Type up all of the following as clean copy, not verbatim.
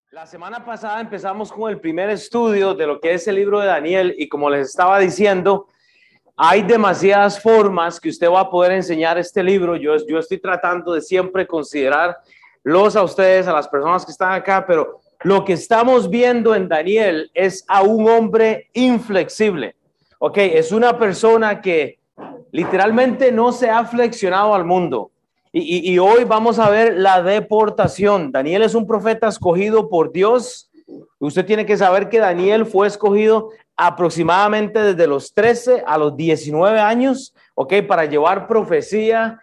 La semana pasada empezamos con el primer estudio de lo que es el libro de Daniel y como les estaba diciendo, hay demasiadas formas que usted va a poder enseñar este libro. Yo estoy tratando de siempre considerarlos a ustedes, a las personas que están acá, pero lo que estamos viendo en Daniel es a un hombre inflexible. Ok, es una persona que literalmente no se ha flexionado al mundo. Y hoy vamos a ver la deportación. Daniel es un profeta escogido por Dios. Usted tiene que saber que Daniel fue escogido aproximadamente desde los 13 a los 19 años, ¿ok? Para llevar profecía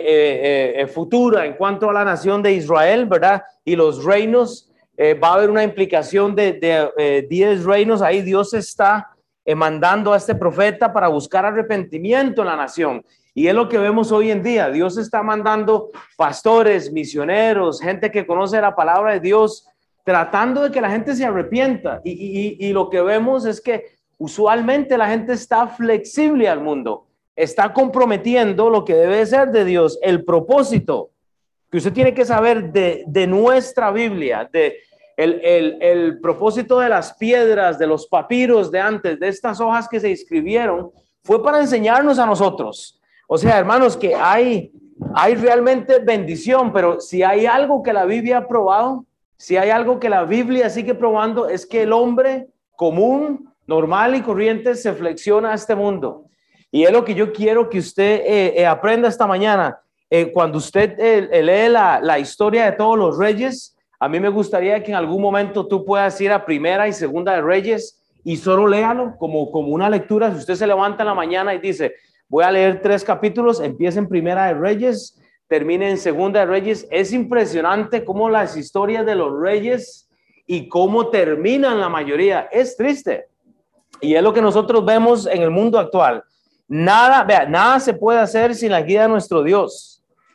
futura en cuanto a la nación de Israel, ¿verdad? Y los reinos. Va a haber una implicación de 10 reinos. Ahí Dios está mandando a este profeta para buscar arrepentimiento en la nación. Y es lo que vemos hoy en día. Dios está mandando pastores, misioneros, gente que conoce la palabra de Dios, tratando de que la gente se arrepienta. Y lo que vemos es que usualmente la gente está flexible al mundo, está comprometiendo lo que debe ser de Dios, el propósito que usted tiene que saber de nuestra Biblia, el propósito de las piedras, de los papiros de antes, de estas hojas que se escribieron, fue para enseñarnos a nosotros. O sea, hermanos, que hay realmente bendición, pero si hay algo que la Biblia ha probado, si hay algo que la Biblia sigue probando, es que el hombre común, normal y corriente se flexiona a este mundo. Y es lo que yo quiero que usted aprenda esta mañana. Cuando usted lee la historia de todos los reyes, a mí me gustaría que en algún momento tú puedas ir a Primera y Segunda de Reyes y solo léalo como una lectura. Si usted se levanta en la mañana y dice, voy a leer 3 capítulos, empieza en Primera de Reyes, termine en Segunda de Reyes. Es impresionante cómo las historias de los reyes y cómo terminan la mayoría. Es triste. Y es lo que nosotros vemos en el mundo actual. Nada se puede hacer sin la guía de nuestro Dios.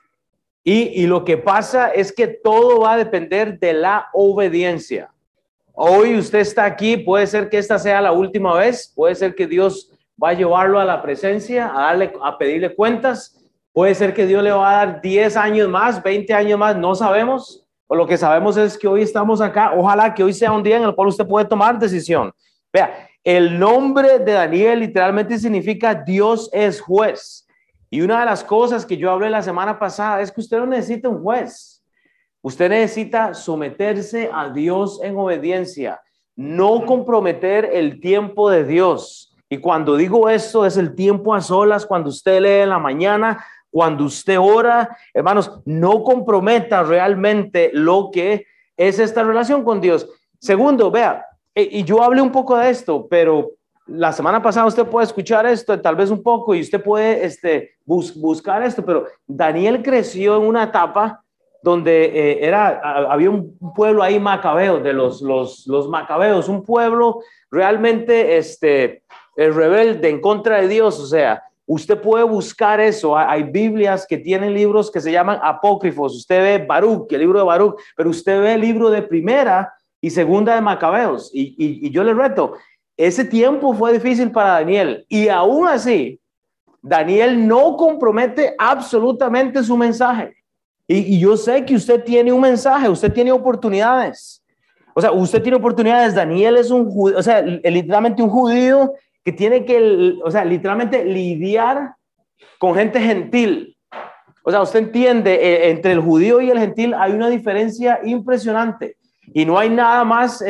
Y lo que pasa es que todo va a depender de la obediencia. Hoy usted está aquí, puede ser que esta sea la última vez, puede ser que Dios va a llevarlo a la presencia, a pedirle cuentas, puede ser que Dios le va a dar 10 años más, 20 años más, no sabemos, o lo que sabemos es que hoy estamos acá, ojalá que hoy sea un día en el cual usted puede tomar decisión. Vea, el nombre de Daniel literalmente significa Dios es juez. Y una de las cosas que yo hablé la semana pasada es que usted no necesita un juez. Usted necesita someterse a Dios en obediencia, no comprometer el tiempo de Dios. Y cuando digo esto, es el tiempo a solas, cuando usted lee en la mañana, cuando usted ora. Hermanos, no comprometa realmente lo que es esta relación con Dios. Segundo, vea, y yo hablé un poco de esto, pero la semana pasada usted puede escuchar esto, tal vez un poco, y usted puede buscar esto, pero Daniel creció en una etapa donde había un pueblo ahí macabeo, de los macabeos, un pueblo realmente rebelde en contra de Dios. O sea, usted puede buscar eso. Hay Biblias que tienen libros que se llaman apócrifos. Usted ve Baruch, el libro de Baruch, pero usted ve el libro de Primera y Segunda de Macabeos. Y yo le reto, ese tiempo fue difícil para Daniel y aún así, Daniel no compromete absolutamente su mensaje. Y yo sé que usted tiene un mensaje, usted tiene oportunidades. O sea, usted tiene oportunidades. Daniel es un judío, o sea, literalmente un judío que tiene que, o sea, literalmente lidiar con gente gentil. O sea, usted entiende, entre el judío y el gentil hay una diferencia impresionante. Y no hay nada más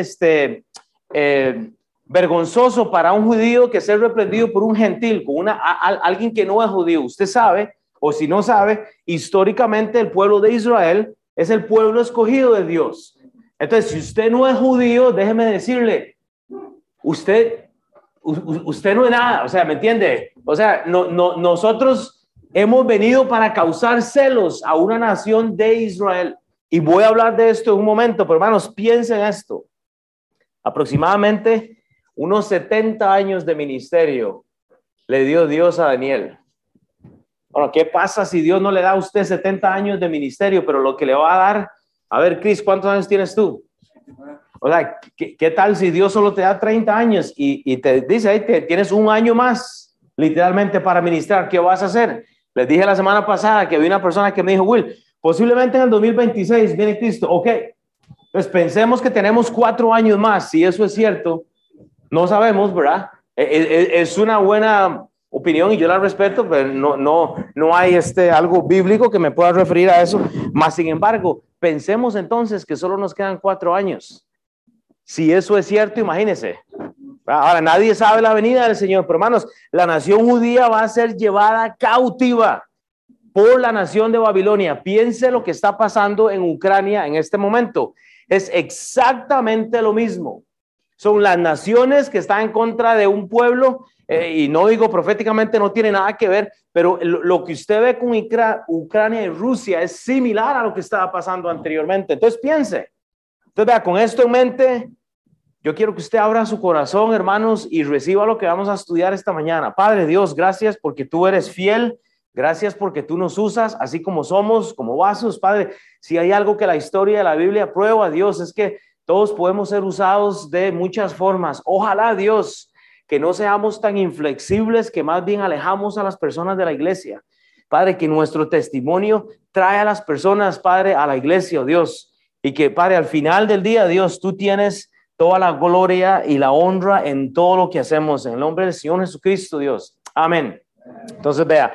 vergonzoso para un judío que ser reprendido por un gentil, con alguien que no es judío. Usted sabe, o si no sabe, históricamente el pueblo de Israel es el pueblo escogido de Dios. Entonces, si usted no es judío, déjeme decirle, usted no es nada. O sea, ¿me entiende? O sea, nosotros hemos venido para causar celos a una nación de Israel. Y voy a hablar de esto en un momento, pero hermanos, piensen esto. Aproximadamente unos 70 años de ministerio le dio Dios a Daniel. Bueno, ¿qué pasa si Dios no le da a usted 70 años de ministerio, pero lo que le va a dar? A ver, Chris, ¿cuántos años tienes tú? O sea, ¿qué tal si Dios solo te da 30 años y te dice, ahí tienes un año más, literalmente, para ministrar? ¿Qué vas a hacer? Les dije la semana pasada que había una persona que me dijo, Will, posiblemente en el 2026 viene Cristo. Ok, Entonces pensemos que tenemos 4 años más. Si eso es cierto, no sabemos, ¿verdad? Es una buena opinión y yo la respeto, pero no hay algo bíblico que me pueda referir a eso. Más sin embargo, pensemos entonces que solo nos quedan 4 años. Si eso es cierto, imagínense. Ahora, nadie sabe la venida del Señor, pero hermanos, la nación judía va a ser llevada cautiva por la nación de Babilonia. Piense lo que está pasando en Ucrania en este momento. Es exactamente lo mismo. Son las naciones que están en contra de un pueblo, y no digo proféticamente, no tiene nada que ver, pero lo que usted ve con Ucrania y Rusia es similar a lo que estaba pasando anteriormente. Entonces piense. Entonces vea, con esto en mente, yo quiero que usted abra su corazón, hermanos, y reciba lo que vamos a estudiar esta mañana. Padre Dios, gracias porque tú eres fiel. Gracias porque tú nos usas así como somos, como vasos, Padre. Si hay algo que la historia de la Biblia prueba, Dios, es que todos podemos ser usados de muchas formas. Ojalá, Dios, que no seamos tan inflexibles que más bien alejamos a las personas de la iglesia. Padre, que nuestro testimonio trae a las personas, Padre, a la iglesia, Dios. Y que, Padre, al final del día, Dios, tú tienes toda la gloria y la honra en todo lo que hacemos. En el nombre del Señor Jesucristo, Dios. Amén. Entonces, vea.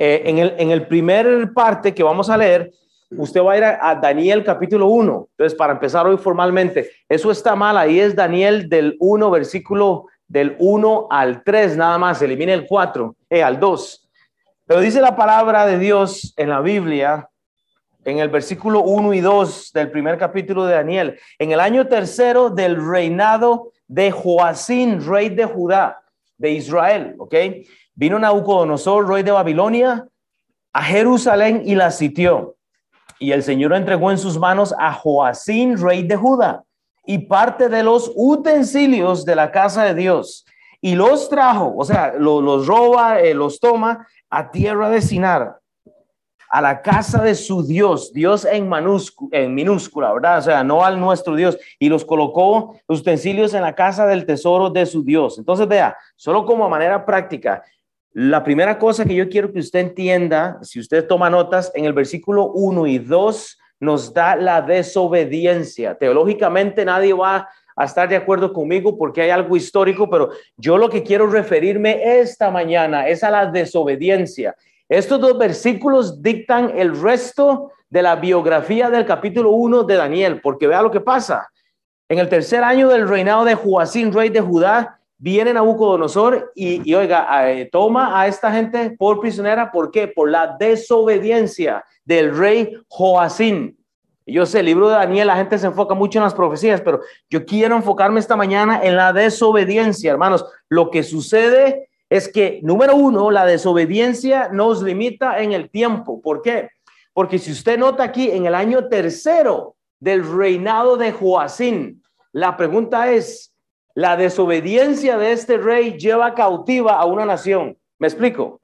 En el primer parte que vamos a leer, usted va a ir a Daniel capítulo 1. Entonces, para empezar hoy formalmente, eso está mal, ahí es Daniel del 1, versículo del 1 al 3, nada más, elimine el 4, al 2. Pero dice la palabra de Dios en la Biblia, en el versículo 1 y 2 del primer capítulo de Daniel, en el año tercero del reinado de Joacín, rey de Judá, de Israel, ¿ok? Vino Nabucodonosor, rey de Babilonia, a Jerusalén y la sitió. Y el Señor entregó en sus manos a Joacín, rey de Judá, y parte de los utensilios de la casa de Dios. Y los trajo, o sea, los roba, los toma a tierra de Sinar, a la casa de su Dios, Dios en minúscula, ¿verdad? O sea, no al nuestro Dios. Y los colocó los utensilios en la casa del tesoro de su Dios. Entonces, vea, solo como manera práctica, la primera cosa que yo quiero que usted entienda, si usted toma notas, en el versículo 1 y 2 nos da la desobediencia. Teológicamente nadie va a estar de acuerdo conmigo porque hay algo histórico, pero yo lo que quiero referirme esta mañana es a la desobediencia. Estos 2 versículos dictan el resto de la biografía del capítulo 1 de Daniel, porque vea lo que pasa. En el tercer año del reinado de Joacín, rey de Judá, viene Nabucodonosor y oiga, toma a esta gente por prisionera. ¿Por qué? Por la desobediencia del rey Joacín. Yo sé, el libro de Daniel, la gente se enfoca mucho en las profecías, pero yo quiero enfocarme esta mañana en la desobediencia, hermanos. Lo que sucede es que, número 1, la desobediencia nos limita en el tiempo. ¿Por qué? Porque si usted nota aquí, en el año tercero del reinado de Joacín, la pregunta es, la desobediencia de este rey lleva cautiva a una nación. ¿Me explico?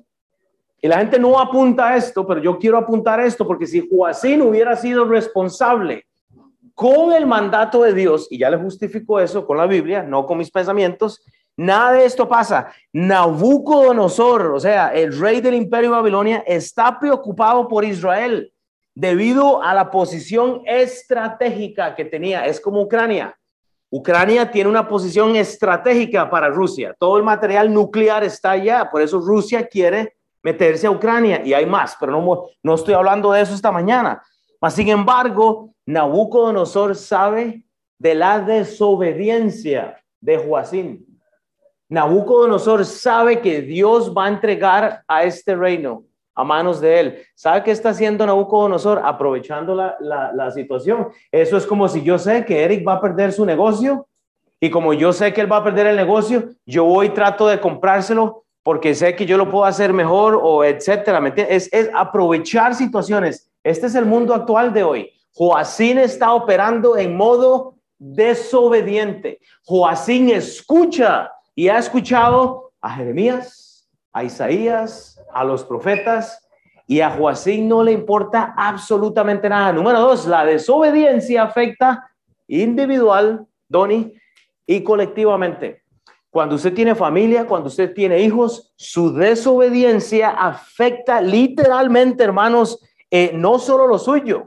Y la gente no apunta a esto, pero yo quiero apuntar esto, porque si Joacín hubiera sido responsable con el mandato de Dios, y ya le justifico eso con la Biblia, no con mis pensamientos, nada de esto pasa. Nabucodonosor, o sea, el rey del imperio de Babilonia, está preocupado por Israel debido a la posición estratégica que tenía. Es como Ucrania. Ucrania tiene una posición estratégica para Rusia. Todo el material nuclear está allá, por eso Rusia quiere meterse a Ucrania, y hay más, pero no estoy hablando de eso esta mañana. Mas, sin embargo, Nabucodonosor sabe de la desobediencia de Joacín. Nabucodonosor sabe que Dios va a entregar a este reino a manos de él. ¿Sabe qué está haciendo Nabucodonosor? Aprovechando la situación. Eso es como si yo sé que Eric va a perder su negocio, y como yo sé que él va a perder el negocio, yo voy y trato de comprárselo porque sé que yo lo puedo hacer mejor, o etcétera. ¿Me entiendes? Es aprovechar situaciones. Este es el mundo actual de hoy. Joacín está operando en modo desobediente. Joacín escucha y ha escuchado a Jeremías, a Isaías, a los profetas, y a Joacín no le importa absolutamente nada. Número 2, la desobediencia afecta individual, Donnie, y colectivamente. Cuando usted tiene familia, cuando usted tiene hijos, su desobediencia afecta literalmente, hermanos, no solo lo suyo,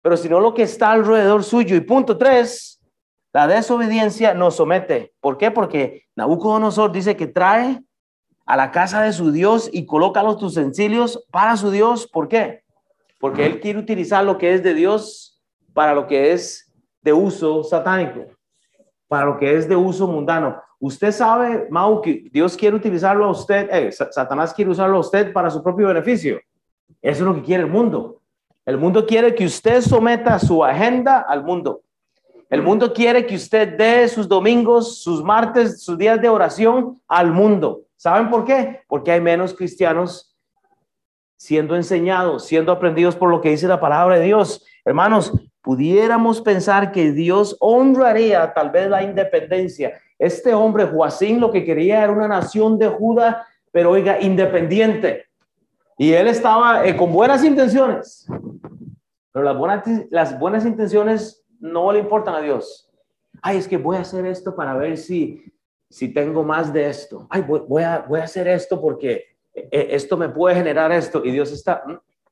pero sino lo que está alrededor suyo. Y punto 3, la desobediencia nos somete. ¿Por qué? Porque Nabucodonosor dice que trae a la casa de su Dios y coloca los utensilios para su Dios. ¿Por qué? Porque él quiere utilizar lo que es de Dios para lo que es de uso satánico, para lo que es de uso mundano. Usted sabe, Mau, que Dios quiere utilizarlo a usted, Satanás quiere usarlo a usted para su propio beneficio. Eso es lo que quiere el mundo. El mundo quiere que usted someta su agenda al mundo. El mundo quiere que usted dé sus domingos, sus martes, sus días de oración al mundo. ¿Saben por qué? Porque hay menos cristianos siendo enseñados, siendo aprendidos por lo que dice la palabra de Dios. Hermanos, pudiéramos pensar que Dios honraría tal vez la independencia. Este hombre, Joacim, lo que quería era una nación de Judá, pero oiga, independiente. Y él estaba con buenas intenciones, pero las buenas intenciones no le importan a Dios. Ay, es que voy a hacer esto para ver si tengo más de esto. Ay, voy a hacer esto porque esto me puede generar esto. Y Dios está,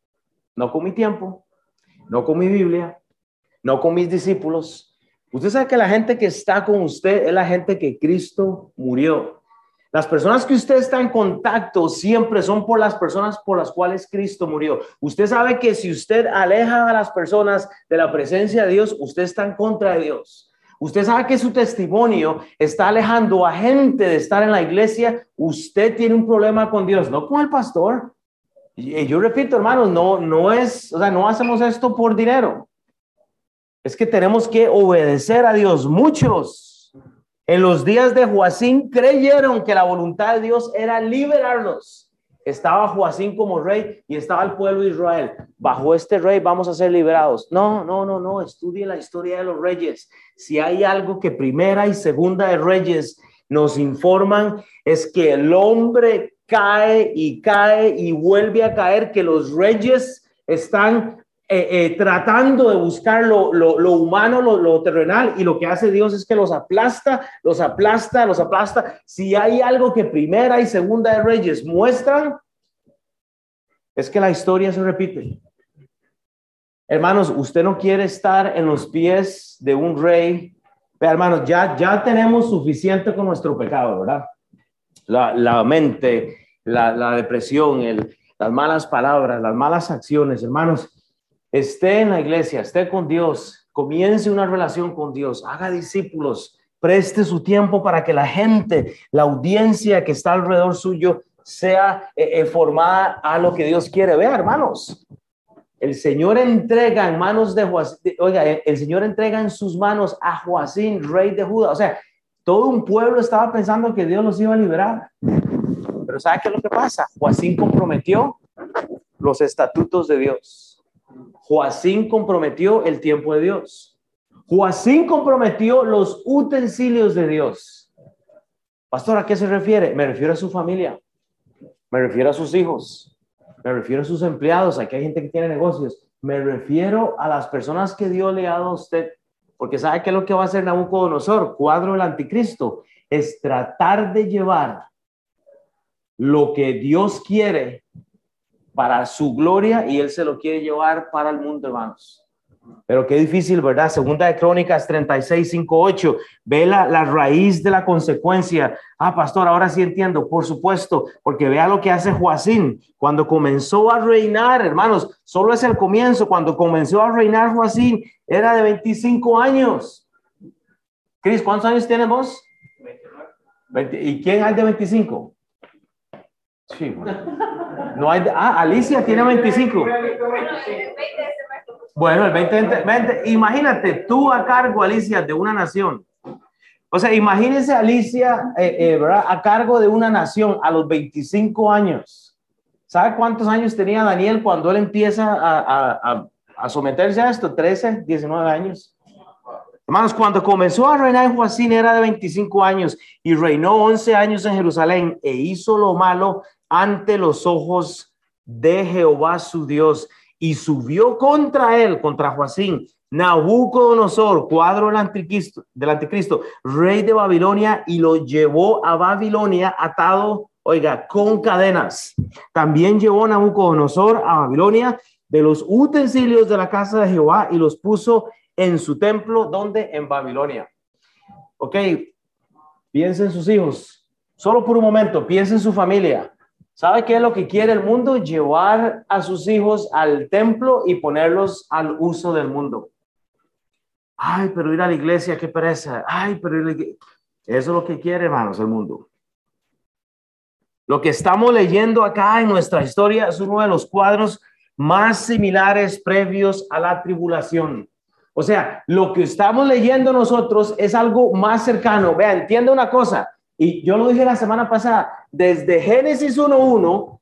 no con mi tiempo, no con mi Biblia, no con mis discípulos. Usted sabe que la gente que está con usted es la gente que Cristo murió. Las personas que usted está en contacto siempre son por las personas por las cuales Cristo murió. Usted sabe que si usted aleja a las personas de la presencia de Dios, usted está en contra de Dios. Usted sabe que su testimonio está alejando a gente de estar en la iglesia. Usted tiene un problema con Dios, no con el pastor. Y yo repito, hermanos, no hacemos esto por dinero. Es que tenemos que obedecer a Dios. Muchos en los días de Joacim creyeron que la voluntad de Dios era liberarlos. Estaba Joacim como rey y estaba el pueblo de Israel. Bajo este rey vamos a ser liberados. No. Estudie la historia de los reyes. Si hay algo que Primera y Segunda de Reyes nos informan, es que el hombre cae y vuelve a caer, que los reyes están tratando de buscar lo humano, lo terrenal, y lo que hace Dios es que los aplasta. Si hay algo que Primera y Segunda de Reyes muestran, es que la historia se repite. Hermanos, usted no quiere estar en los pies de un rey. Vea, hermanos, ya tenemos suficiente con nuestro pecado, ¿verdad? La mente, la depresión, las malas palabras, las malas acciones. Hermanos, esté en la iglesia, esté con Dios, comience una relación con Dios, haga discípulos, preste su tiempo para que la gente, la audiencia que está alrededor suyo sea formada a lo que Dios quiere. Vea, hermanos, el Señor entrega en manos de Joacim, el Señor entrega en sus manos a Joacim, rey de Judá. O sea, todo un pueblo estaba pensando que Dios los iba a liberar. Pero ¿sabe qué es lo que pasa? Joacim comprometió los estatutos de Dios. Joacim comprometió el tiempo de Dios. Joacim comprometió los utensilios de Dios. Pastor, ¿a qué se refiere? Me refiero a su familia. Me refiero a sus hijos. Me refiero a sus empleados. Aquí hay gente que tiene negocios. Me refiero a las personas que Dios le ha dado a usted. Porque ¿sabe qué es lo que va a hacer Nabucodonosor? Cuadro del anticristo. Es tratar de llevar lo que Dios quiere para su gloria, y él se lo quiere llevar para el mundo, hermanos. Pero qué difícil, ¿verdad? Segunda de Crónicas 36, 5, 8. Ve la raíz de la consecuencia. Pastor, ahora sí entiendo. Por supuesto, porque vea lo que hace Joacim. Cuando comenzó a reinar, hermanos, solo es el comienzo. Cuando comenzó a reinar Joacim, era de 25 años. Cris, ¿cuántos años tienes vos? 29. ¿Y quién hay de 25? Sí, bueno. No hay, Alicia tiene 25. Bueno, el 20. Imagínate, tú a cargo, Alicia, de una nación. O sea, imagínese Alicia, ¿verdad? A cargo de una nación a los 25 años. ¿Sabe cuántos años tenía Daniel cuando él empieza a someterse a esto? 13, 19 años. Hermanos, cuando comenzó a reinar Joacim era de 25 años y reinó 11 años en Jerusalén e hizo lo malo ante los ojos de Jehová su Dios, y subió contra él, contra Joacim, Nabucodonosor, cuadro del anticristo, rey de Babilonia, y lo llevó a Babilonia atado, con cadenas. También llevó Nabucodonosor a Babilonia de los utensilios de la casa de Jehová y los puso en su templo, ¿donde? En Babilonia. Ok, piensa en sus hijos, solo por un momento, piensa en su familia. ¿Sabe qué es lo que quiere el mundo? Llevar a sus hijos al templo y ponerlos al uso del mundo. Ay, pero ir a la iglesia, qué pereza. Ay, pero ir a la iglesia. Eso es lo que quiere, hermanos, el mundo. Lo que estamos leyendo acá en nuestra historia es uno de los cuadros más similares previos a la tribulación. O sea, lo que estamos leyendo nosotros es algo más cercano. Vean, entiende una cosa, y yo lo dije la semana pasada, desde Génesis 1:1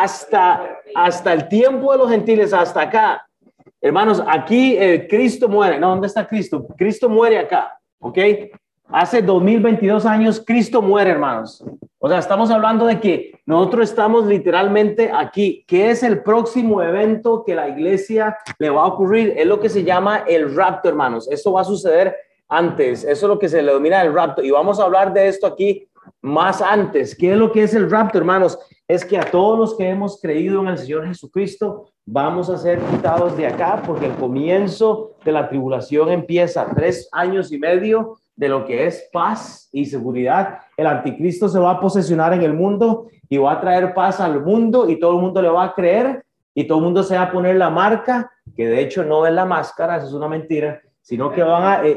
hasta el tiempo de los gentiles, hasta acá. Hermanos, aquí Cristo muere. No, ¿dónde está Cristo? Cristo muere acá, ¿ok? Hace 2022 años Cristo muere, hermanos. O sea, estamos hablando de que nosotros estamos literalmente aquí. ¿Qué es el próximo evento que la iglesia le va a ocurrir? Es lo que se llama el rapto, hermanos. Esto va a suceder antes. Eso es lo que se le denomina el rapto. Y vamos a hablar de esto aquí más antes. ¿Qué es lo que es el rapto, hermanos? Es que a todos los que hemos creído en el Señor Jesucristo vamos a ser quitados de acá, porque el comienzo de la tribulación empieza 3 años y medio de lo que es paz y seguridad. El anticristo se va a posesionar en el mundo y va a traer paz al mundo, y todo el mundo le va a creer, y todo el mundo se va a poner la marca, que de hecho no es la máscara, eso es una mentira, sino que van a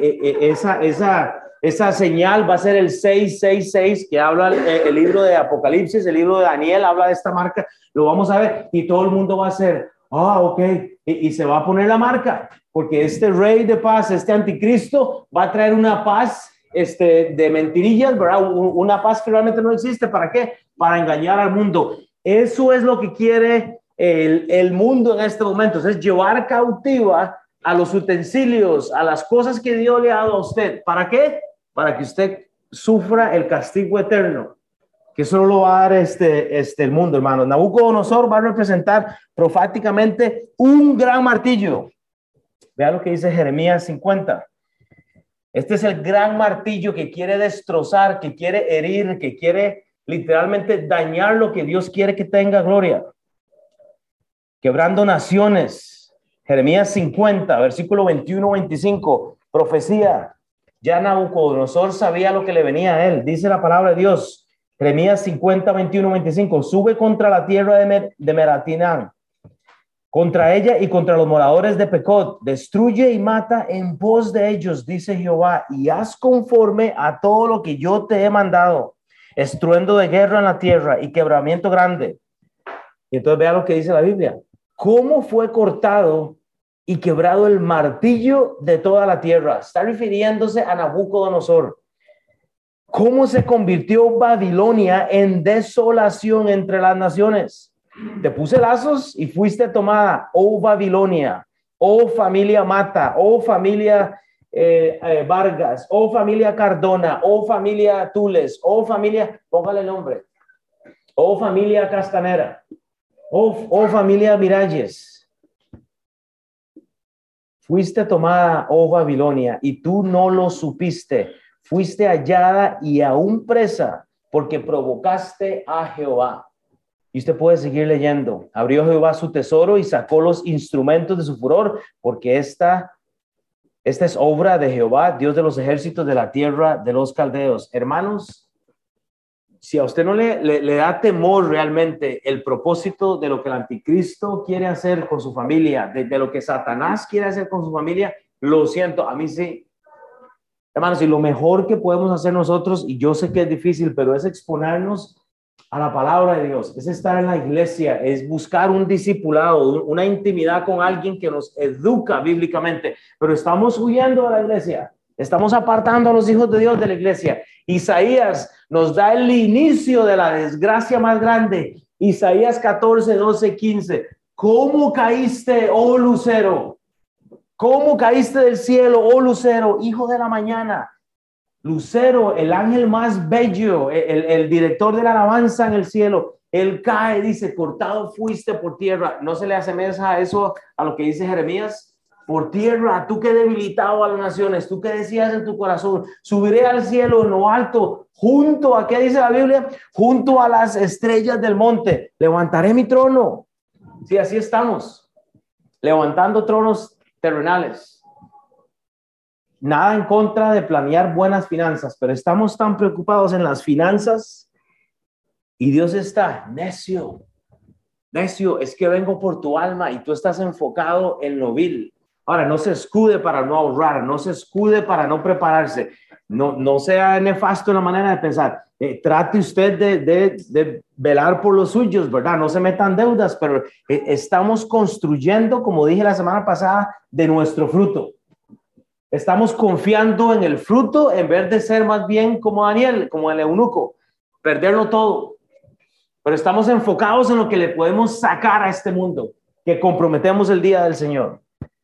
esa señal va a ser el 666 que habla el libro de Apocalipsis, el libro de Daniel habla de esta marca. Lo vamos a ver y todo el mundo va a hacer, ok, y se va a poner la marca, porque este rey de paz, este anticristo, va a traer una paz de mentirillas, ¿verdad? Una paz que realmente no existe. ¿Para qué? Para engañar al mundo. Eso es lo que quiere el mundo en este momento, es llevar cautiva a los utensilios, a las cosas que Dios le ha dado a usted. ¿Para qué? Para que usted sufra el castigo eterno, que solo lo va a dar el mundo, hermano. Nabucodonosor va a representar proféticamente un gran martillo. Vea lo que dice Jeremías 50. Este es el gran martillo que quiere destrozar, que quiere herir, que quiere literalmente dañar lo que Dios quiere que tenga gloria. Quebrando naciones. Jeremías 50, versículo 21-25, profecía. Ya Nabucodonosor sabía lo que le venía a él. Dice la palabra de Dios. Jeremías 50, 21-25. Sube contra la tierra de Meratinán, contra ella y contra los moradores de Pecod. Destruye y mata en pos de ellos, dice Jehová, y haz conforme a todo lo que yo te he mandado. Estruendo de guerra en la tierra y quebramiento grande. Y entonces vea lo que dice la Biblia. ¿Cómo fue cortado y quebrado el martillo de toda la tierra? Está refiriéndose a Nabucodonosor. ¿Cómo se convirtió Babilonia en desolación entre las naciones? Te puse lazos y fuiste tomada, oh Babilonia, oh familia Mata, oh familia Vargas, oh familia Cardona, oh familia Tules, oh familia, póngale nombre, oh familia Castanera. Oh familia Miralles, fuiste tomada, oh Babilonia, y tú no lo supiste. Fuiste hallada y aún presa, porque provocaste a Jehová. Y usted puede seguir leyendo. Abrió Jehová su tesoro y sacó los instrumentos de su furor, porque esta es obra de Jehová, Dios de los ejércitos de la tierra de los caldeos. Hermanos, si a usted no le da temor realmente el propósito de lo que el anticristo quiere hacer con su familia, de lo que Satanás quiere hacer con su familia, lo siento, a mí sí. Hermanos, y lo mejor que podemos hacer nosotros, y yo sé que es difícil, pero es exponernos a la palabra de Dios, es estar en la iglesia, es buscar un discipulado, una intimidad con alguien que nos educa bíblicamente, pero estamos huyendo de la iglesia. Estamos apartando a los hijos de Dios de la iglesia. Isaías nos da el inicio de la desgracia más grande. Isaías 14, 12, 15. ¿Cómo caíste, oh lucero? ¿Cómo caíste del cielo, oh lucero, hijo de la mañana? Lucero, el ángel más bello, el director de la alabanza en el cielo. Él cae, dice, cortado fuiste por tierra. ¿No se le asemeja eso a lo que dice Jeremías? Por tierra, tú que debilitado a las naciones, tú que decías en tu corazón, subiré al cielo en lo alto, junto a, ¿qué dice la Biblia? Junto a las estrellas del monte, levantaré mi trono. Sí, así estamos. levantando tronos terrenales. Nada en contra de planear buenas finanzas, pero estamos tan preocupados en las finanzas y Dios está necio. Necio, es que vengo por tu alma y tú estás enfocado en lo vil. Ahora, no se escude para no ahorrar, no se escude para no prepararse. No sea nefasto en la manera de pensar. Trate usted de velar por los suyos, ¿verdad? No se metan deudas, pero estamos construyendo, como dije la semana pasada, de nuestro fruto. Estamos confiando en el fruto en vez de ser más bien como Daniel, como el eunuco, perderlo todo. Pero estamos enfocados en lo que le podemos sacar a este mundo, que comprometemos el día del Señor.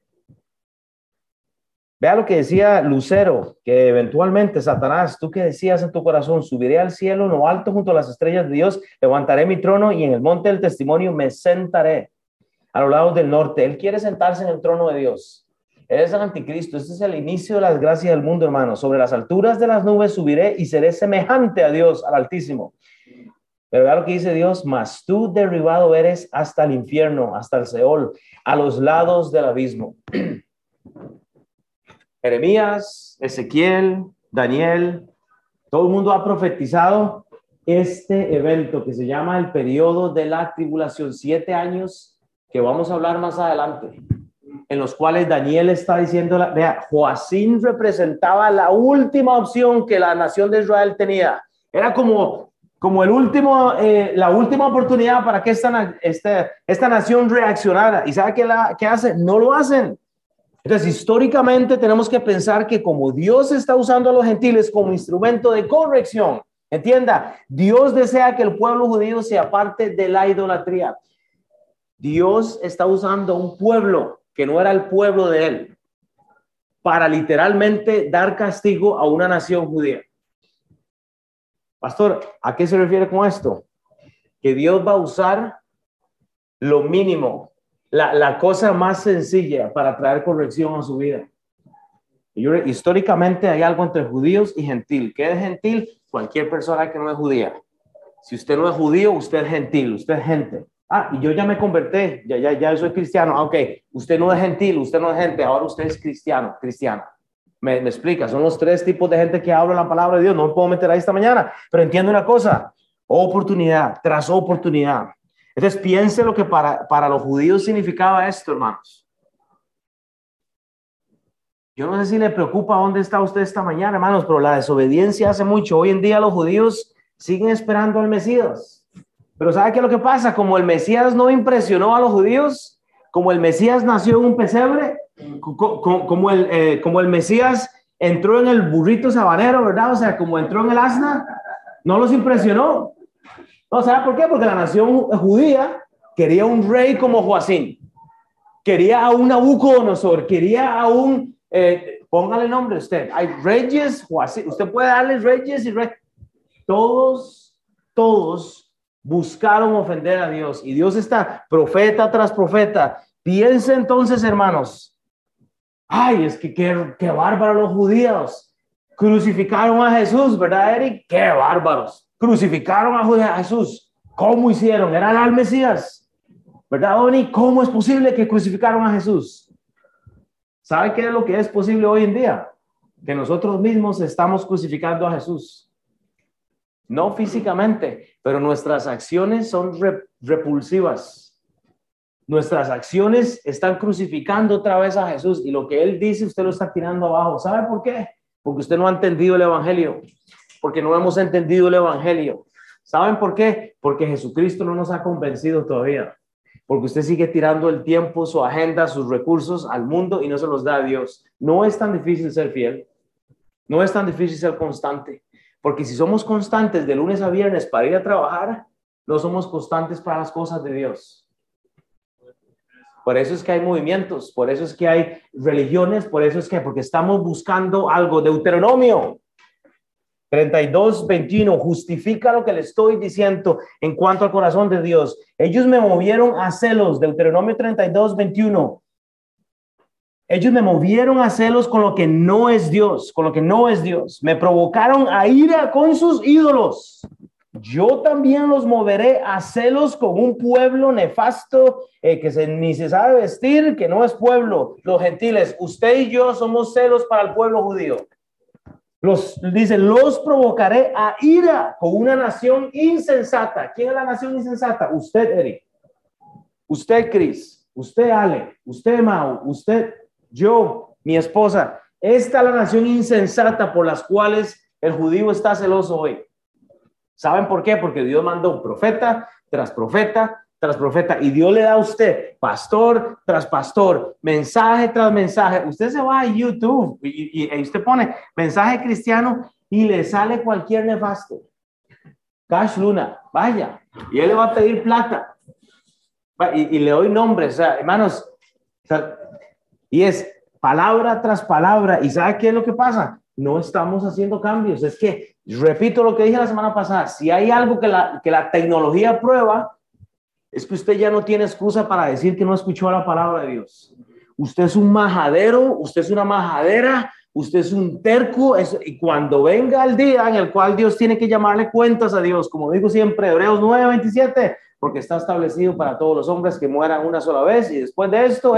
Vea lo que decía Lucero, que eventualmente, Satanás, tú que decías en tu corazón, subiré al cielo, en lo alto junto a las estrellas de Dios, levantaré mi trono y en el monte del testimonio me sentaré a los lados del norte. Él quiere sentarse en el trono de Dios. Él es el anticristo. Este es el inicio de las gracias del mundo, hermano. Sobre las alturas de las nubes subiré y seré semejante a Dios, al Altísimo. Pero vea lo que dice Dios, mas tú derribado eres hasta el infierno, hasta el Seol, a los lados del abismo. Jeremías, Ezequiel, Daniel, todo el mundo ha profetizado este evento que se llama el periodo de la tribulación, 7 años que vamos a hablar más adelante, en los cuales Daniel está diciendo, vea, Joacín representaba la última opción que la nación de Israel tenía. Era como el último, la última oportunidad para que esta nación reaccionara. ¿Y sabe qué hace? No lo hacen. Entonces, históricamente tenemos que pensar que como Dios está usando a los gentiles como instrumento de corrección, entienda, Dios desea que el pueblo judío se aparte de la idolatría. Dios está usando un pueblo que no era el pueblo de él para literalmente dar castigo a una nación judía. Pastor, ¿a qué se refiere con esto? Que Dios va a usar lo mínimo, la cosa más sencilla para traer corrección a su vida. Históricamente hay algo entre judíos y gentil. ¿Qué es gentil? Cualquier persona que no es judía. Si usted no es judío, usted es gentil, usted es gente. Y yo ya me convertí, ya soy cristiano. Ok, usted no es gentil, usted no es gente, ahora usted es cristiana. Me explica, son los 3 tipos de gente que hablan la palabra de Dios. No me puedo meter ahí esta mañana, pero entiendo una cosa, oportunidad tras oportunidad. Entonces piense lo que para los judíos significaba esto, hermanos. Yo no sé si le preocupa dónde está usted esta mañana, hermanos, pero la desobediencia hace mucho. Hoy en día los judíos siguen esperando al Mesías. Pero ¿sabe qué es lo que pasa? Como el Mesías no impresionó a los judíos, como el Mesías nació en un pesebre, como el Mesías entró en el burrito sabanero, ¿verdad? O sea, como entró en el asna, no los impresionó. No, ¿sabe por qué? Porque la nación judía quería un rey como Joacín, quería a un Nabucodonosor, quería a un, póngale nombre usted, hay reyes, Joacín, usted puede darle reyes y reyes. Todos buscaron ofender a Dios y Dios está profeta tras profeta. Piensa entonces, hermanos, es que qué bárbaro los judíos. Crucificaron a Jesús, ¿verdad, Eric? Qué bárbaros. Crucificaron a Jesús. ¿Cómo hicieron? Era el Mesías, ¿verdad, Donny? ¿Cómo es posible que crucificaron a Jesús? ¿Sabe qué es lo que es posible hoy en día? Que nosotros mismos estamos crucificando a Jesús. No físicamente, pero nuestras acciones son repulsivas. Nuestras acciones están crucificando otra vez a Jesús y lo que Él dice usted lo está tirando abajo. ¿Sabe por qué? Porque usted no ha entendido el Evangelio. Porque no hemos entendido el Evangelio. ¿Saben por qué? Porque Jesucristo no nos ha convencido todavía. Porque usted sigue tirando el tiempo, su agenda, sus recursos al mundo y no se los da a Dios. No es tan difícil ser fiel. No es tan difícil ser constante. Porque si somos constantes de lunes a viernes para ir a trabajar, no somos constantes para las cosas de Dios. Por eso es que hay movimientos, por eso es que hay religiones, por eso es que, porque estamos buscando algo. Deuteronomio 32:21 justifica lo que le estoy diciendo en cuanto al corazón de Dios. Ellos me movieron a celos, Deuteronomio 32:21. Ellos me movieron a celos con lo que no es Dios, con lo que no es Dios. Me provocaron a ira con sus ídolos. yo también los moveré a celos con un pueblo nefasto ni se sabe vestir, que no es pueblo. Los gentiles, usted y yo somos celos para el pueblo judío. Dice, los provocaré a ira con una nación insensata. ¿Quién es la nación insensata? Usted, Eric. Usted, Chris. Usted, Ale. Usted, Mau. Usted, yo, mi esposa. Esta es la nación insensata por las cuales el judío está celoso hoy. ¿Saben por qué? Porque Dios mandó profeta tras profeta tras profeta, y Dios le da a usted pastor tras pastor, mensaje tras mensaje. Usted se va a YouTube y usted pone mensaje cristiano y le sale cualquier nefasto. Cash Luna, vaya, y él le va a pedir plata. Y le doy nombres, o sea, hermanos, o sea, y es palabra tras palabra. ¿Y sabe qué es lo que pasa? No estamos haciendo cambios. Es que, repito lo que dije la semana pasada, si hay algo que la tecnología prueba, es que usted ya no tiene excusa para decir que no escuchó la palabra de Dios. Usted es un majadero, usted es una majadera, usted es un terco, y cuando venga el día en el cual Dios tiene que llamarle cuentas a Dios, como digo siempre, Hebreos 9:27, porque está establecido para todos los hombres que mueran una sola vez, y después de esto,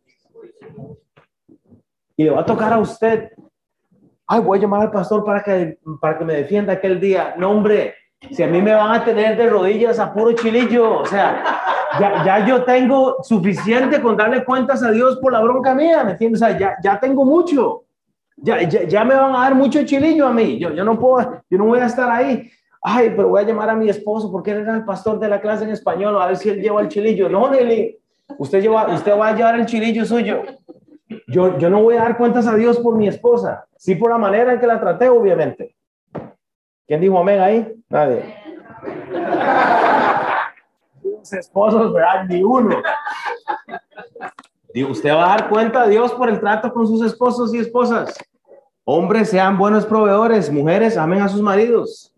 y le va a tocar a usted. Ay, voy a llamar al pastor para que me defienda aquel día. No, hombre, si a mí me van a tener de rodillas a puro chilillo, o sea, ya yo tengo suficiente con darle cuentas a Dios por la bronca mía, ¿me entiendes? O sea, ya tengo mucho. Ya me van a dar mucho chilillo a mí. Yo no puedo, yo no voy a estar ahí. Ay, pero voy a llamar a mi esposo porque él era el pastor de la clase en español, a ver si él lleva el chilillo. No, Nelly, usted va a llevar el chilillo suyo. Yo no voy a dar cuentas a Dios por mi esposa. Sí, por la manera en que la traté, obviamente. ¿Quién dijo amén ahí? Nadie. Los esposos, ¿verdad? Ni uno. Usted va a dar cuenta a Dios por el trato con sus esposos y esposas. Hombres, sean buenos proveedores. Mujeres, amen a sus maridos.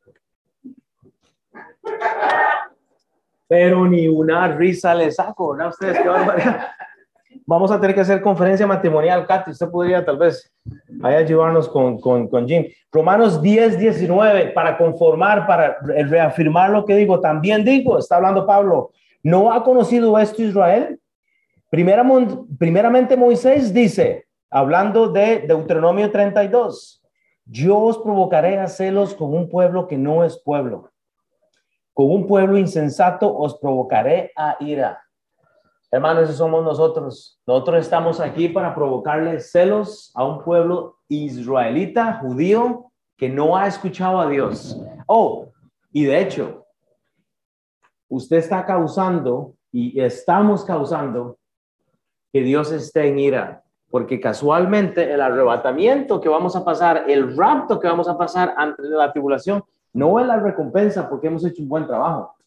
Pero ni una risa le saco, ¿verdad? Ustedes, qué barbaridad. Vamos a tener que hacer conferencia matrimonial, Katy. Usted podría tal vez ahí ayudarnos con Jim. Romanos 10:19, para conformar, para reafirmar lo que digo. También digo, está hablando Pablo, ¿no ha conocido esto Israel? Primeramente Moisés dice, hablando de Deuteronomio 32, yo os provocaré a celos con un pueblo que no es pueblo. Con un pueblo insensato os provocaré a ira. Hermanos, esos somos nosotros. Nosotros estamos aquí para provocarle celos a un pueblo israelita, judío, que no ha escuchado a Dios. Oh, y de hecho, usted está causando y estamos causando que Dios esté en ira, porque casualmente el arrebatamiento que vamos a pasar, el rapto que vamos a pasar ante la tribulación, no es la recompensa porque hemos hecho un buen trabajo.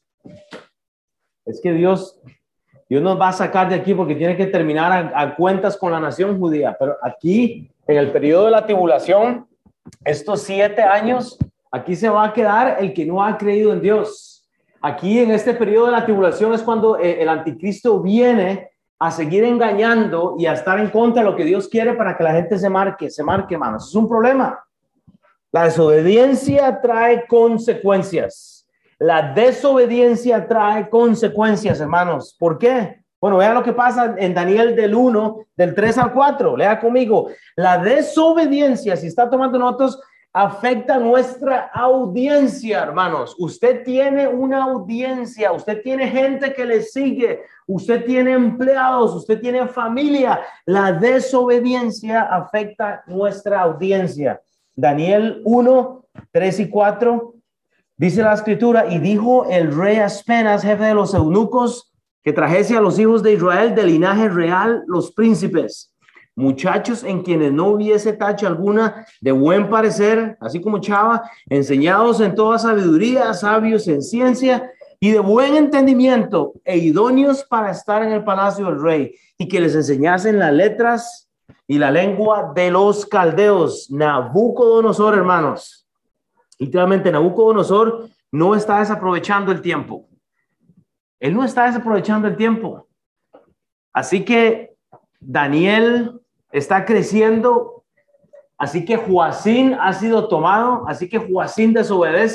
Es que Dios nos va a sacar de aquí porque tiene que terminar a cuentas con la nación judía. Pero aquí, en el periodo de la tribulación, estos 7 años, aquí se va a quedar el que no ha creído en Dios. Aquí, en este periodo de la tribulación, es cuando el anticristo viene a seguir engañando y a estar en contra de lo que Dios quiere para que la gente se marque, hermanos. Es un problema. La desobediencia trae consecuencias. La desobediencia trae consecuencias, hermanos. ¿Por qué? Bueno, vean lo que pasa en Daniel del 1, del 3 al 4. Lea conmigo. La desobediencia, si está tomando notas, afecta nuestra audiencia, hermanos. Usted tiene una audiencia, usted tiene gente que le sigue, usted tiene empleados, usted tiene familia. La desobediencia afecta nuestra audiencia. Daniel 1, 3 y 4. Dice la escritura, y dijo el rey Aspenas, jefe de los eunucos, que trajese a los hijos de Israel del linaje real, los príncipes, muchachos en quienes no hubiese tacha alguna, de buen parecer, así como Chava, enseñados en toda sabiduría, sabios en ciencia y de buen entendimiento, e idóneos para estar en el palacio del rey, y que les enseñasen las letras y la lengua de los caldeos. Nabucodonosor, hermanos. Literalmente, Nabucodonosor no está desaprovechando el tiempo. Él no está desaprovechando el tiempo. Así que Daniel está creciendo. Así que Joacín ha sido tomado. Así que Joacín desobedece.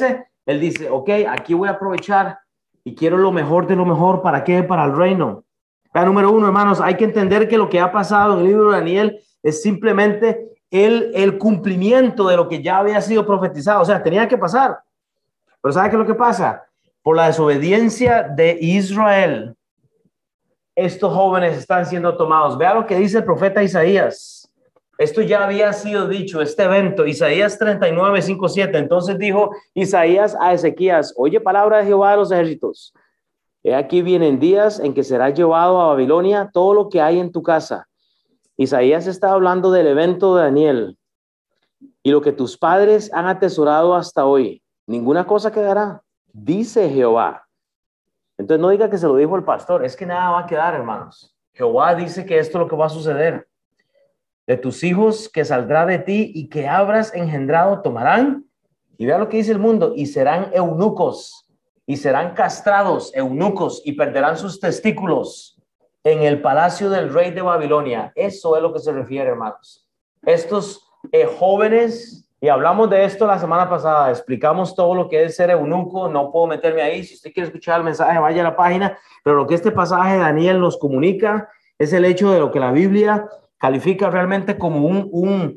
Él dice, ok, aquí voy a aprovechar y quiero lo mejor de lo mejor. ¿Para qué? Para el reino. Número uno, hermanos, hay que entender que lo que ha pasado en el libro de Daniel es simplemente el cumplimiento de lo que ya había sido profetizado. O sea, tenía que pasar. Pero ¿sabe qué es lo que pasa? Por la desobediencia de Israel, estos jóvenes están siendo tomados. Vea lo que dice el profeta Isaías. Esto ya había sido dicho, este evento, Isaías 39, 5, 7. Entonces dijo Isaías a Ezequías, oye palabra de Jehová de los ejércitos. He aquí vienen días en que será llevado a Babilonia todo lo que hay en tu casa. Isaías está hablando del evento de Daniel y lo que tus padres han atesorado hasta hoy. Ninguna cosa quedará, dice Jehová. Entonces no diga que se lo dijo el pastor, es que nada va a quedar, hermanos. Jehová dice que esto es lo que va a suceder. De tus hijos que saldrá de ti y que habrás engendrado tomarán, y vea lo que dice el mundo, y serán eunucos, y serán castrados, eunucos, y perderán sus testículos en el palacio del rey de Babilonia. Eso es lo que se refiere, hermanos. Estos jóvenes, y hablamos de esto la semana pasada, explicamos todo lo que es ser eunuco, no puedo meterme ahí, si usted quiere escuchar el mensaje, vaya a la página, pero lo que este pasaje de Daniel nos comunica es el hecho de lo que la Biblia califica realmente como un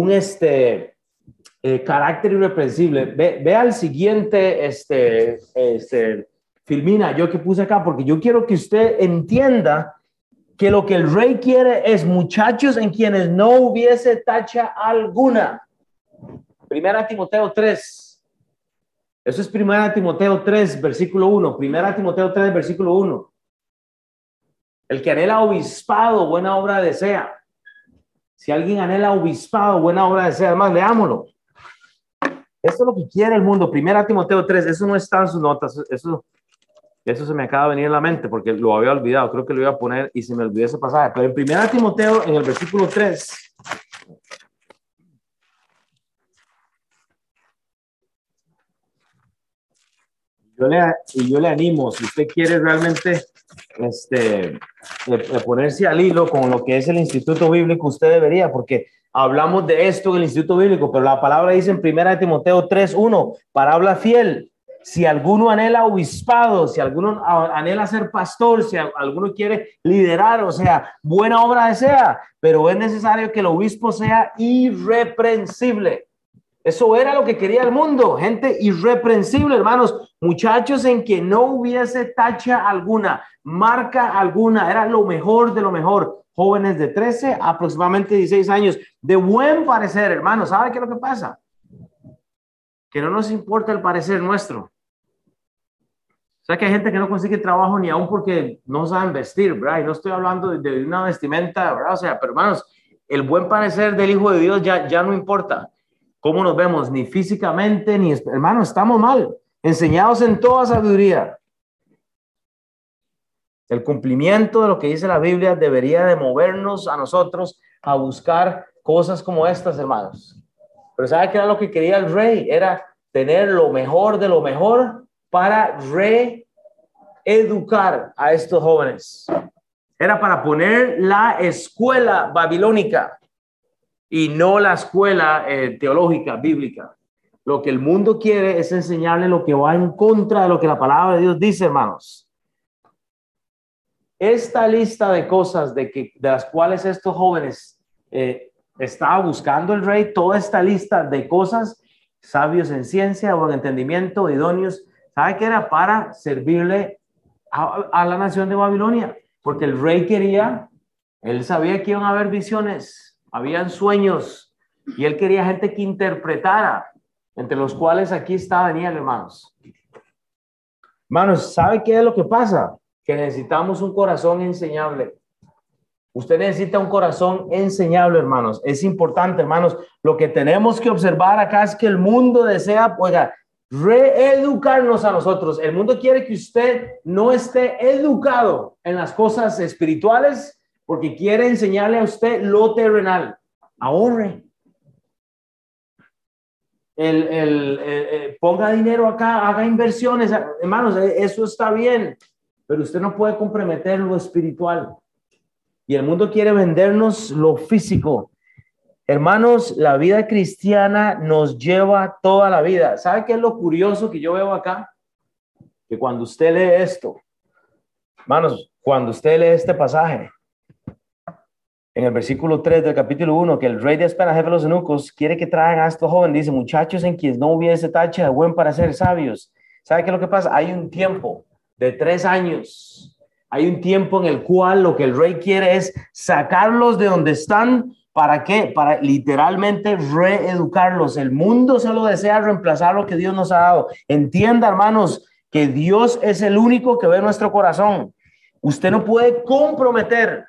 carácter irreprensible. Ve al siguiente, Filmina, yo que puse acá, porque yo quiero que usted entienda que lo que el rey quiere es muchachos en quienes no hubiese tacha alguna. Primera Timoteo 3. Eso es Primera Timoteo 3, versículo 1. Primera Timoteo 3, versículo 1. El que anhela obispado, buena obra desea. Si alguien anhela obispado, buena obra desea. Además, leámoslo. Esto es lo que quiere el mundo. Primera Timoteo 3. Eso no está en sus notas. Eso se me acaba de venir a la mente porque lo había olvidado. Creo que lo iba a poner y se me olvidó ese pasaje. Pero en Primera Timoteo, en el versículo 3. Yo le animo, si usted quiere realmente ponerse al hilo con lo que es el Instituto Bíblico, usted debería, porque hablamos de esto en el Instituto Bíblico, pero la palabra dice en 1 Timoteo 3:1, palabra fiel. Si alguno anhela obispado, si alguno anhela ser pastor, si alguno quiere liderar, o sea, buena obra desea, pero es necesario que el obispo sea irreprensible. Eso era lo que quería el mundo, gente irreprensible, hermanos, muchachos en que no hubiese tacha alguna, marca alguna, era lo mejor de lo mejor. Jóvenes de 13 a aproximadamente 16 años, de buen parecer, hermanos. ¿Sabe qué es lo que pasa? Que no nos importa el parecer nuestro. O sea, que hay gente que no consigue trabajo ni aún porque no saben vestir, ¿verdad? Y no estoy hablando de una vestimenta, ¿verdad? O sea, pero hermanos, el buen parecer del Hijo de Dios ya no importa cómo nos vemos, ni físicamente, ni... Hermanos, estamos mal, enseñados en toda sabiduría. El cumplimiento de lo que dice la Biblia debería de movernos a nosotros a buscar cosas como estas, hermanos. Pero ¿sabe qué era lo que quería el rey? Era tener lo mejor de lo mejor para reeducar a estos jóvenes. Era para poner la escuela babilónica y no la escuela teológica, bíblica. Lo que el mundo quiere es enseñarle lo que va en contra de lo que la palabra de Dios dice, hermanos. Esta lista de cosas de las cuales estos jóvenes estaba buscando el rey, toda esta lista de cosas, sabios en ciencia o en entendimiento, idóneos, ¿sabe qué era? Para servirle a la nación de Babilonia, porque el rey quería, él sabía que iban a haber visiones, habían sueños, y él quería gente que interpretara, entre los cuales aquí está Daniel, hermanos. Hermanos, ¿sabe qué es lo que pasa? Que necesitamos un corazón enseñable. Usted necesita un corazón enseñable, hermanos. Es importante, hermanos. Lo que tenemos que observar acá es que el mundo desea, oiga, reeducarnos a nosotros. El mundo quiere que usted no esté educado en las cosas espirituales porque quiere enseñarle a usted lo terrenal. Ahorre. Ponga dinero acá, haga inversiones. Hermanos, eso está bien, pero usted no puede comprometer lo espiritual. Y el mundo quiere vendernos lo físico. Hermanos, la vida cristiana nos lleva toda la vida. ¿Sabe qué es lo curioso que yo veo acá? Que cuando usted lee esto, hermanos, cuando usted lee este pasaje, en el versículo 3 del capítulo 1, que el rey de España, jefe de los eunucos, quiere que traigan a estos jóvenes, dice, muchachos en quienes no hubiese tacha de buen para ser sabios. ¿Sabe qué es lo que pasa? Hay un tiempo de 3 años. Hay un tiempo en el cual lo que el rey quiere es sacarlos de donde están. ¿Para qué? Para literalmente reeducarlos. El mundo solo desea reemplazar lo que Dios nos ha dado. Entienda, hermanos, que Dios es el único que ve nuestro corazón. Usted no puede comprometer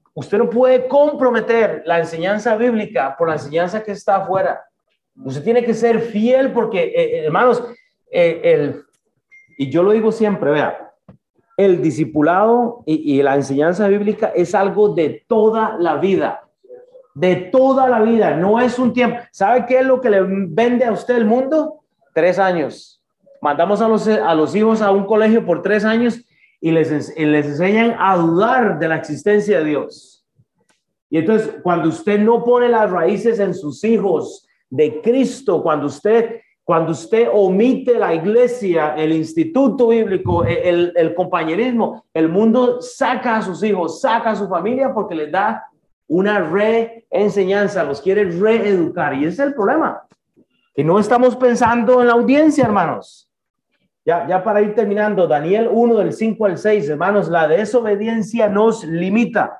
la enseñanza bíblica por la enseñanza que está afuera. Usted tiene que ser fiel porque, hermanos, y yo lo digo siempre, vea, el discipulado y la enseñanza bíblica es algo de toda la vida. De toda la vida, no es un tiempo. ¿Sabe qué es lo que le vende a usted el mundo? 3 años. Mandamos a los hijos a un colegio por 3 años y les enseñan a dudar de la existencia de Dios. Y entonces, cuando usted no pone las raíces en sus hijos de Cristo, cuando usted omite la iglesia, el instituto bíblico, el compañerismo, el mundo saca a sus hijos, saca a su familia porque les da una reenseñanza, los quiere reeducar. Y ese es el problema, que no estamos pensando en la audiencia, hermanos. Ya para ir terminando, Daniel 1 del 5 al 6, hermanos, la desobediencia nos limita.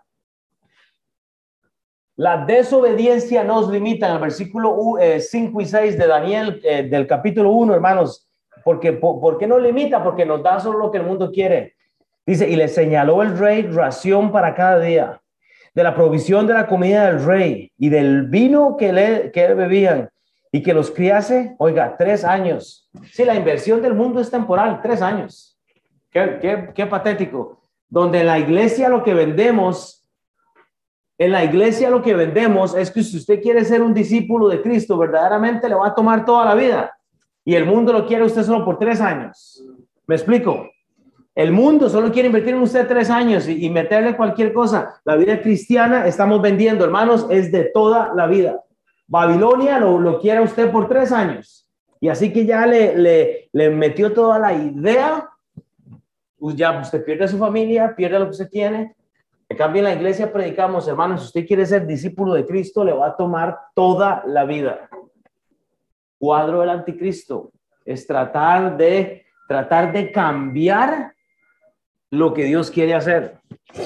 La desobediencia nos limita en el versículo 5 y 6 de Daniel del capítulo 1, hermanos. ¿Por qué nos limita? Porque nos da solo lo que el mundo quiere. Dice, y le señaló el rey ración para cada día, de la provisión de la comida del rey y del vino que bebían, y que los criase, oiga, 3 años. Sí, la inversión del mundo es temporal, 3 años. Qué patético. Donde en la iglesia lo que vendemos es que si usted quiere ser un discípulo de Cristo, verdaderamente le va a tomar toda la vida. Y el mundo lo quiere usted solo por 3 años. ¿Me explico? El mundo solo quiere invertir en usted 3 años y meterle cualquier cosa. La vida cristiana, estamos vendiendo, hermanos, es de toda la vida. Babilonia lo quiere usted por 3 años. Y así que ya le metió toda la idea. Pues ya usted pierde su familia, pierde lo que usted tiene. En cambio, en la iglesia predicamos, hermanos, si usted quiere ser discípulo de Cristo, le va a tomar toda la vida. Cuadro del anticristo es tratar de cambiar lo que Dios quiere hacer.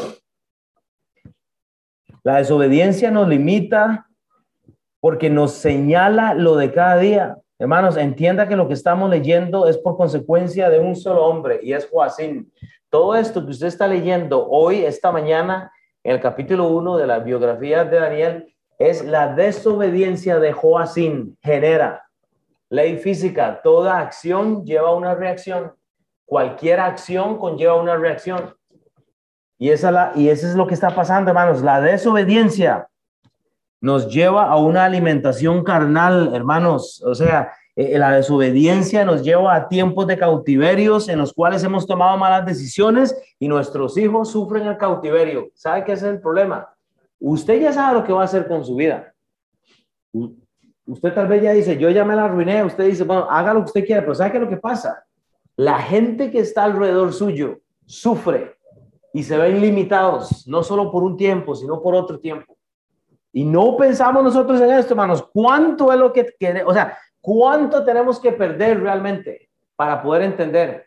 La desobediencia nos limita porque nos señala lo de cada día. Hermanos, entienda que lo que estamos leyendo es por consecuencia de un solo hombre y es Joacim. Todo esto que usted está leyendo hoy, esta mañana, en el capítulo 1 de la biografía de Daniel, es la desobediencia de Joacim. Genera ley física. Toda acción lleva una reacción. Cualquier acción conlleva una reacción. Y eso es lo que está pasando, hermanos. La desobediencia nos lleva a una alimentación carnal, hermanos. O sea, la desobediencia nos lleva a tiempos de cautiverios en los cuales hemos tomado malas decisiones y nuestros hijos sufren el cautiverio. ¿Sabe qué es el problema? Usted ya sabe lo que va a hacer con su vida. Usted tal vez ya dice, yo ya me la arruiné. Usted dice, bueno, haga lo que usted quiera, pero ¿sabe qué es lo que pasa? La gente que está alrededor suyo sufre y se ven limitados, no solo por un tiempo, sino por otro tiempo. Y no pensamos nosotros en esto, hermanos. ¿Cuánto es lo que queremos? O sea, ¿cuánto tenemos que perder realmente para poder entender?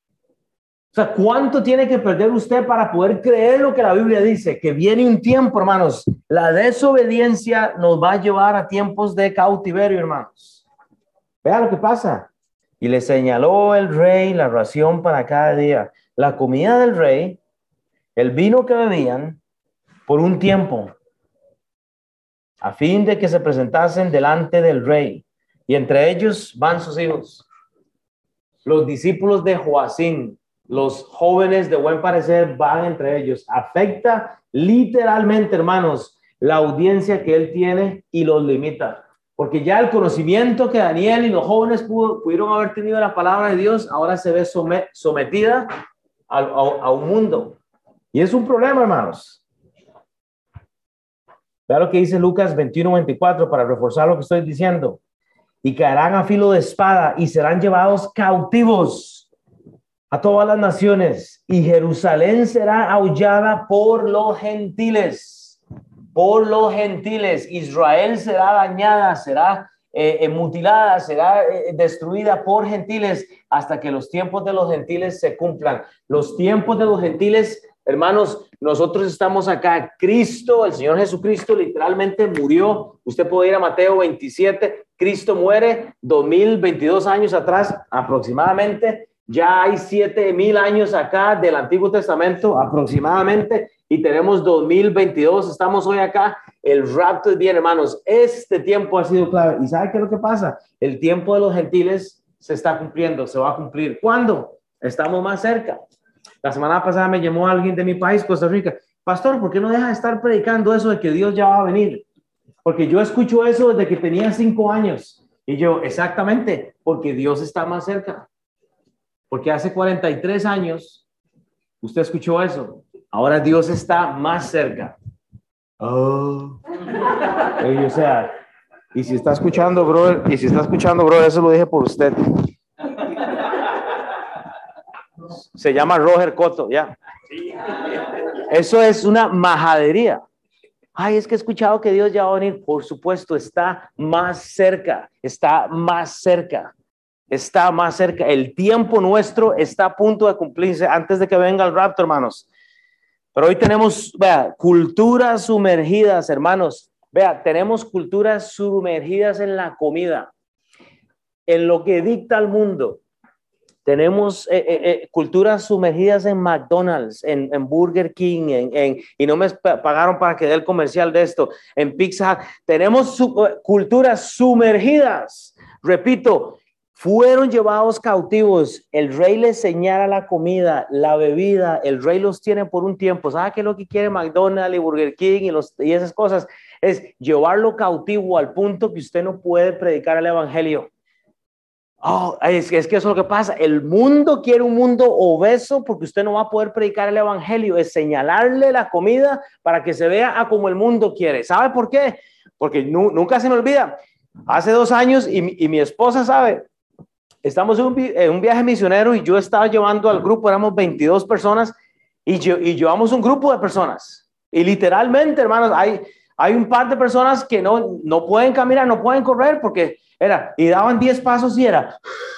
O sea, ¿cuánto tiene que perder usted para poder creer lo que la Biblia dice? Que viene un tiempo, hermanos. La desobediencia nos va a llevar a tiempos de cautiverio, hermanos. Vea lo que pasa. Y le señaló el rey la ración para cada día, la comida del rey, el vino que bebían, por un tiempo, a fin de que se presentasen delante del rey. Y entre ellos van sus hijos, los discípulos de Joacim, los jóvenes de buen parecer van entre ellos. Afecta literalmente, hermanos, la audiencia que él tiene y los limita. Porque ya el conocimiento que Daniel y los jóvenes pudieron haber tenido de la palabra de Dios, ahora se ve sometida a un mundo. Y es un problema, hermanos. Vea lo que dice Lucas 21:24 para reforzar lo que estoy diciendo. Y caerán a filo de espada y serán llevados cautivos a todas las naciones, y Jerusalén será aullada por los gentiles. Por los gentiles. Israel será dañada, será mutilada, será destruida por gentiles hasta que los tiempos de los gentiles se cumplan. Los tiempos de los gentiles, hermanos, nosotros estamos acá. Cristo, el Señor Jesucristo, literalmente murió. Usted puede ir a Mateo 27. Cristo muere 2022 años atrás aproximadamente. Ya hay 7,000 años acá del Antiguo Testamento aproximadamente y tenemos 2022. Estamos hoy acá. El rapto es bien, hermanos. Este tiempo ha sido clave. ¿Y sabe qué es lo que pasa? El tiempo de los gentiles se está cumpliendo, se va a cumplir. ¿Cuándo? Estamos más cerca. La semana pasada me llamó alguien de mi país, Costa Rica. Pastor, ¿por qué no deja de estar predicando eso de que Dios ya va a venir? Porque yo escucho eso desde que tenía 5 años. Y yo, exactamente, porque Dios está más cerca. Porque hace 43 años usted escuchó eso. Ahora Dios está más cerca. Oh. O sea, y si está escuchando, brother, eso lo dije por usted. Se llama Roger Cotto, ya. Eso es una majadería. Ay, es que he escuchado que Dios ya va a venir. Por supuesto, está más cerca. Está más cerca. Está más cerca. El tiempo nuestro está a punto de cumplirse antes de que venga el rapto, hermanos. Pero hoy tenemos, vea, culturas sumergidas, hermanos. Vea, tenemos culturas sumergidas en la comida, en lo que dicta el mundo. Tenemos culturas sumergidas en McDonald's, en Burger King, y no me pagaron para que dé el comercial de esto, en Pizza Hut. Tenemos culturas sumergidas. Repito, fueron llevados cautivos. El rey les señala la comida, la bebida. El rey los tiene por un tiempo. ¿Sabe qué es lo que quiere McDonald's y Burger King y esas cosas? Es llevarlo cautivo al punto que usted no puede predicar el evangelio. Oh, es que eso es lo que pasa. El mundo quiere un mundo obeso porque usted no va a poder predicar el evangelio. Es señalarle la comida para que se vea a como el mundo quiere. ¿Sabe por qué? Porque nunca se me olvida. Hace 2 años y mi esposa sabe. Estamos en un viaje misionero y yo estaba llevando al grupo, éramos 22 personas y llevamos un grupo de personas. Y literalmente, hermanos, hay un par de personas que no pueden caminar, no pueden correr porque y daban 10 pasos y era.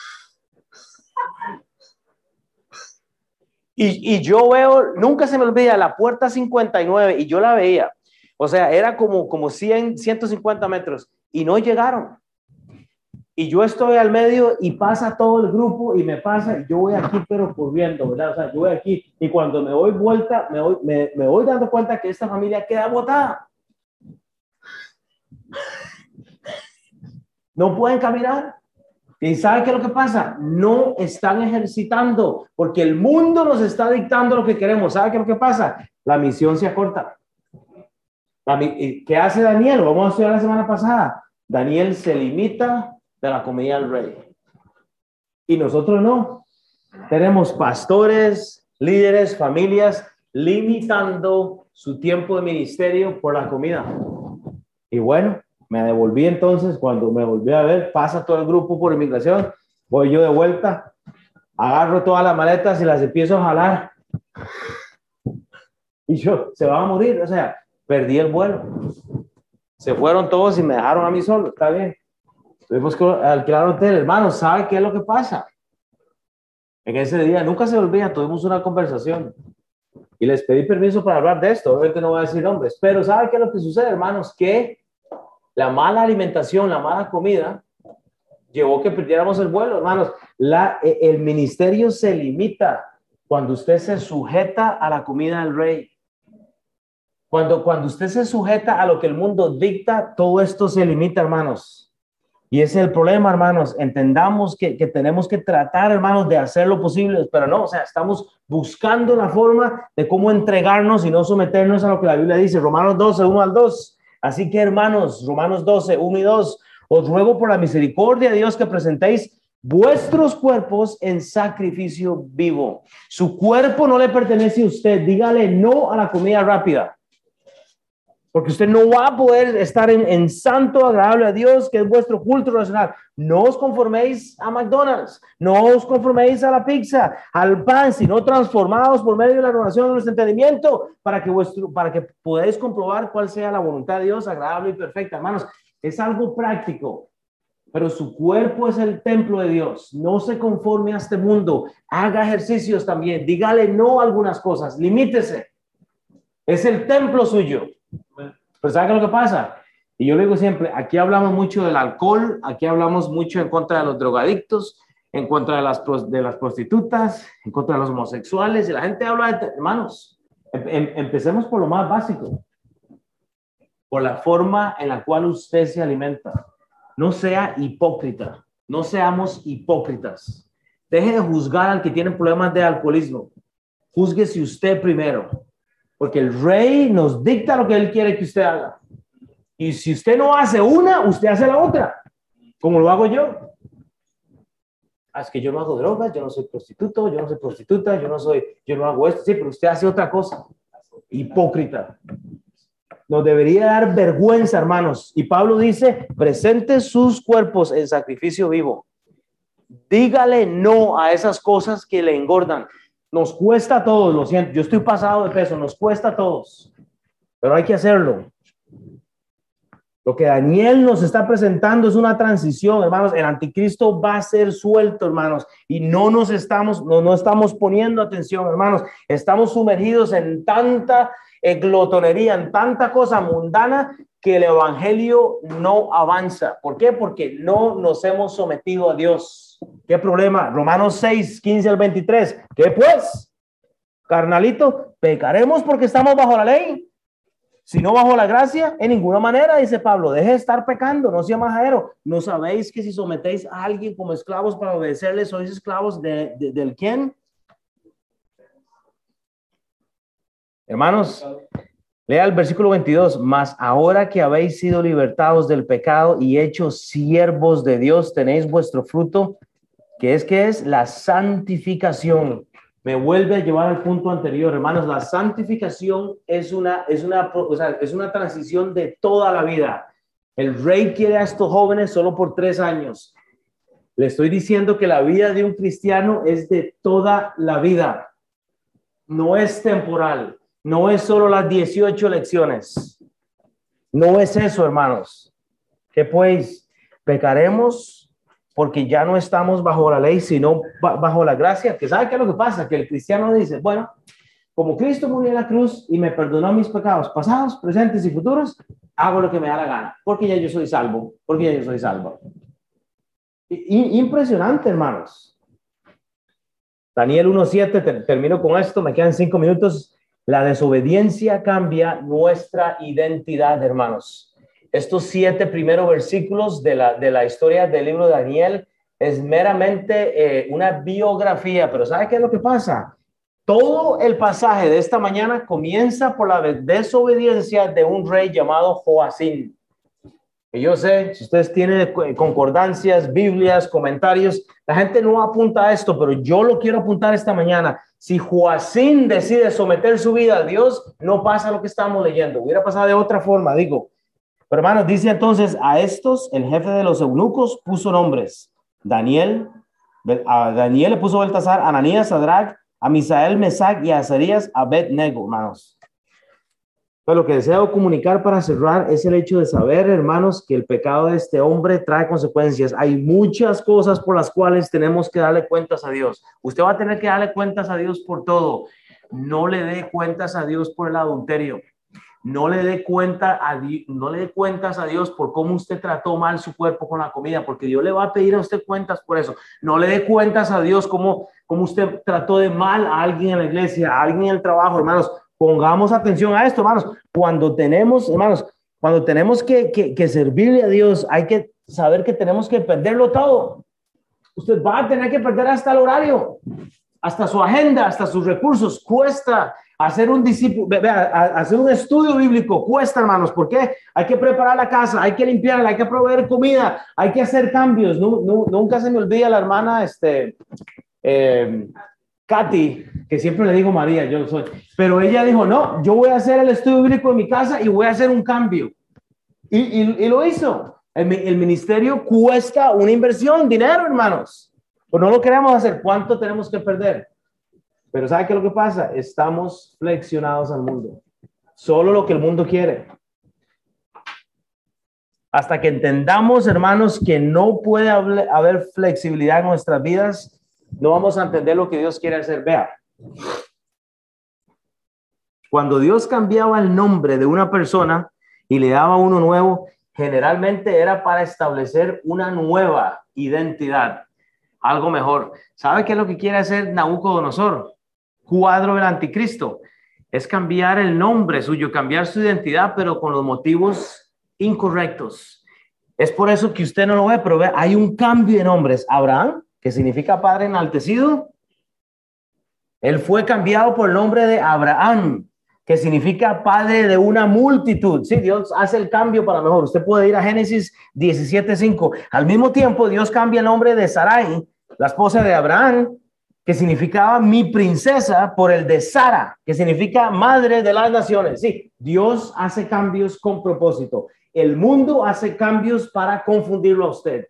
Y yo veo, nunca se me olvida, la puerta 59 y yo la veía. O sea, era como 100, 150 metros y no llegaron. Y yo estoy al medio y pasa todo el grupo y me pasa y yo voy aquí pero corriendo, ¿verdad? O sea, yo voy aquí y cuando me doy vuelta me voy dando cuenta que esta familia queda botada. No pueden caminar. ¿Y saben qué es lo que pasa? No están ejercitando porque el mundo nos está dictando lo que queremos. ¿Saben qué es lo que pasa? La misión se acorta. ¿Qué hace Daniel? Vamos a estudiar la semana pasada. Daniel se limita de la comida del rey. Y nosotros no. Tenemos pastores, líderes, familias limitando su tiempo de ministerio por la comida. Y bueno, me devolví entonces, cuando me volví a ver, pasa todo el grupo por inmigración, voy yo de vuelta, agarro todas las maletas y las empiezo a jalar. Y se van a morir, o sea, perdí el vuelo. Se fueron todos y me dejaron a mí solo, está bien. Tuvimos que alquilar un hotel. Hermanos, ¿sabe qué es lo que pasa? En ese día, nunca se olvida, tuvimos una conversación y les pedí permiso para hablar de esto. Obviamente no voy a decir nombres, pero ¿sabe qué es lo que sucede, hermanos? Que la mala alimentación, la mala comida, llevó que perdiéramos el vuelo, hermanos. El ministerio se limita cuando usted se sujeta a la comida del rey. Cuando usted se sujeta a lo que el mundo dicta, todo esto se limita, hermanos. Y ese es el problema, hermanos. Entendamos que tenemos que tratar, hermanos, de hacer lo posible, pero no, o sea, estamos buscando la forma de cómo entregarnos y no someternos a lo que la Biblia dice. Romanos 12, 1 al 2. Así que, hermanos, Romanos 12, 1 y 2, os ruego por la misericordia de Dios que presentéis vuestros cuerpos en sacrificio vivo. Su cuerpo no le pertenece a usted. Dígale no a la comida rápida. Porque usted no va a poder estar en santo, agradable a Dios, que es vuestro culto racional. No os conforméis a McDonald's, no os conforméis a la pizza, al pan, sino transformados por medio de la renovación de nuestro entendimiento, para que podáis comprobar cuál sea la voluntad de Dios, agradable y perfecta. Hermanos, es algo práctico, pero su cuerpo es el templo de Dios. No se conforme a este mundo, haga ejercicios también, dígale no a algunas cosas, limítese. Es el templo suyo. Pero ¿sabe qué es lo que pasa? Y yo le digo siempre, aquí hablamos mucho del alcohol, aquí hablamos mucho en contra de los drogadictos, en contra de las prostitutas, en contra de los homosexuales, y la gente habla de, hermanos, empecemos por lo más básico, por la forma en la cual usted se alimenta. No sea hipócrita, no seamos hipócritas. Deje de juzgar al que tiene problemas de alcoholismo. Júzguese usted primero. Porque el rey nos dicta lo que él quiere que usted haga. Y si usted no hace una, usted hace la otra. Como lo hago yo. Es que yo no hago drogas, yo no soy prostituto, yo no soy prostituta, yo no hago esto. Sí, pero usted hace otra cosa. Hipócrita. Nos debería dar vergüenza, hermanos. Y Pablo dice, presente sus cuerpos en sacrificio vivo. Dígale no a esas cosas que le engordan. Nos cuesta a todos, lo siento, yo estoy pasado de peso, nos cuesta a todos, pero hay que hacerlo. Lo que Daniel nos está presentando es una transición, hermanos. El anticristo va a ser suelto, hermanos, y no estamos poniendo atención, hermanos. Estamos sumergidos en tanta glotonería, en tanta cosa mundana, que el evangelio no avanza. ¿Por qué? Porque no nos hemos sometido a Dios. ¿Qué problema? Romanos 6, 15 al 23. ¿Qué pues? Carnalito, ¿pecaremos porque estamos bajo la ley? Si no bajo la gracia, en ninguna manera, dice Pablo. Deje de estar pecando, no sea majadero. ¿No sabéis que si sometéis a alguien como esclavos para obedecerle, sois esclavos del quién? Hermanos, lea el versículo 22. Mas ahora que habéis sido libertados del pecado y hechos siervos de Dios, tenéis vuestro fruto, que es la santificación. Me vuelve a llevar al punto anterior, hermanos. La santificación es una transición de toda la vida. El rey quiere a estos jóvenes solo por 3 años. Le estoy diciendo que la vida de un cristiano es de toda la vida. No es temporal. No es solo las 18 lecciones. No es eso, hermanos. ¿Qué pues? ¿Pecaremos porque ya no estamos bajo la ley, sino bajo la gracia? Que ¿sabe qué es lo que pasa? Que el cristiano dice, bueno, como Cristo murió en la cruz y me perdonó mis pecados pasados, presentes y futuros, hago lo que me da la gana, porque ya yo soy salvo, porque ya yo soy salvo. Impresionante, hermanos. Daniel 1:7, termino con esto, me quedan 5 minutos. La desobediencia cambia nuestra identidad, hermanos. Estos 7 primeros versículos de la historia del libro de Daniel es meramente una biografía, pero ¿sabe qué es lo que pasa? Todo el pasaje de esta mañana comienza por la desobediencia de un rey llamado Joacín. Y yo sé, si ustedes tienen concordancias, Biblias, comentarios, la gente no apunta a esto, pero yo lo quiero apuntar esta mañana. Si Joacín decide someter su vida a Dios, no pasa lo que estamos leyendo. Hubiera pasado de otra forma, digo. Pero hermanos, dice entonces, a estos, el jefe de los eunucos puso nombres. A Daniel le puso Beltasar, Ananías, Sadrach, a Misael, Mesac y a Azarías, Abed-Nego, hermanos. Pero lo que deseo comunicar para cerrar es el hecho de saber, hermanos, que el pecado de este hombre trae consecuencias. Hay muchas cosas por las cuales tenemos que darle cuentas a Dios. Usted va a tener que darle cuentas a Dios por todo. No le dé cuentas a Dios por el adulterio. No le dé cuentas a Dios por cómo usted trató mal su cuerpo con la comida, porque Dios le va a pedir a usted cuentas por eso. No le dé cuentas a Dios cómo usted trató de mal a alguien en la iglesia, a alguien en el trabajo, hermanos. Pongamos atención a esto, hermanos. Cuando tenemos que servirle a Dios, hay que saber que tenemos que perderlo todo. Usted va a tener que perder hasta el horario, hasta su agenda, hasta sus recursos. Cuesta hacer un discípulo, hacer un estudio bíblico. Cuesta, hermanos. ¿Por qué? Hay que preparar la casa, hay que limpiarla, hay que proveer comida, hay que hacer cambios. Nunca se me olvida la hermana, Katy, que siempre le digo María, yo soy, pero ella dijo, no, yo voy a hacer el estudio bíblico en mi casa y voy a hacer un cambio. Y lo hizo. El ministerio cuesta una inversión, dinero, hermanos. Pues no lo queremos hacer. ¿Cuánto tenemos que perder? Pero ¿sabe qué es lo que pasa? Estamos flexionados al mundo. Solo lo que el mundo quiere. Hasta que entendamos, hermanos, que no puede haber flexibilidad en nuestras vidas, no vamos a entender lo que Dios quiere hacer. Vea, cuando Dios cambiaba el nombre de una persona y le daba uno nuevo, generalmente era para establecer una nueva identidad, algo mejor. ¿Sabe qué es lo que quiere hacer Nabucodonosor? Cuadro del anticristo. Es cambiar el nombre suyo, cambiar su identidad, pero con los motivos incorrectos. Es por eso que usted no lo ve, pero ve, hay un cambio de nombres. Abraham, que significa padre enaltecido, él fue cambiado por el nombre de Abraham, que significa padre de una multitud. Sí, Dios hace el cambio para mejor. Usted puede ir a Génesis 17:5. Al mismo tiempo, Dios cambia el nombre de Sarai, la esposa de Abraham, que significaba mi princesa, por el de Sara, que significa madre de las naciones. Sí, Dios hace cambios con propósito. El mundo hace cambios para confundirlo a usted.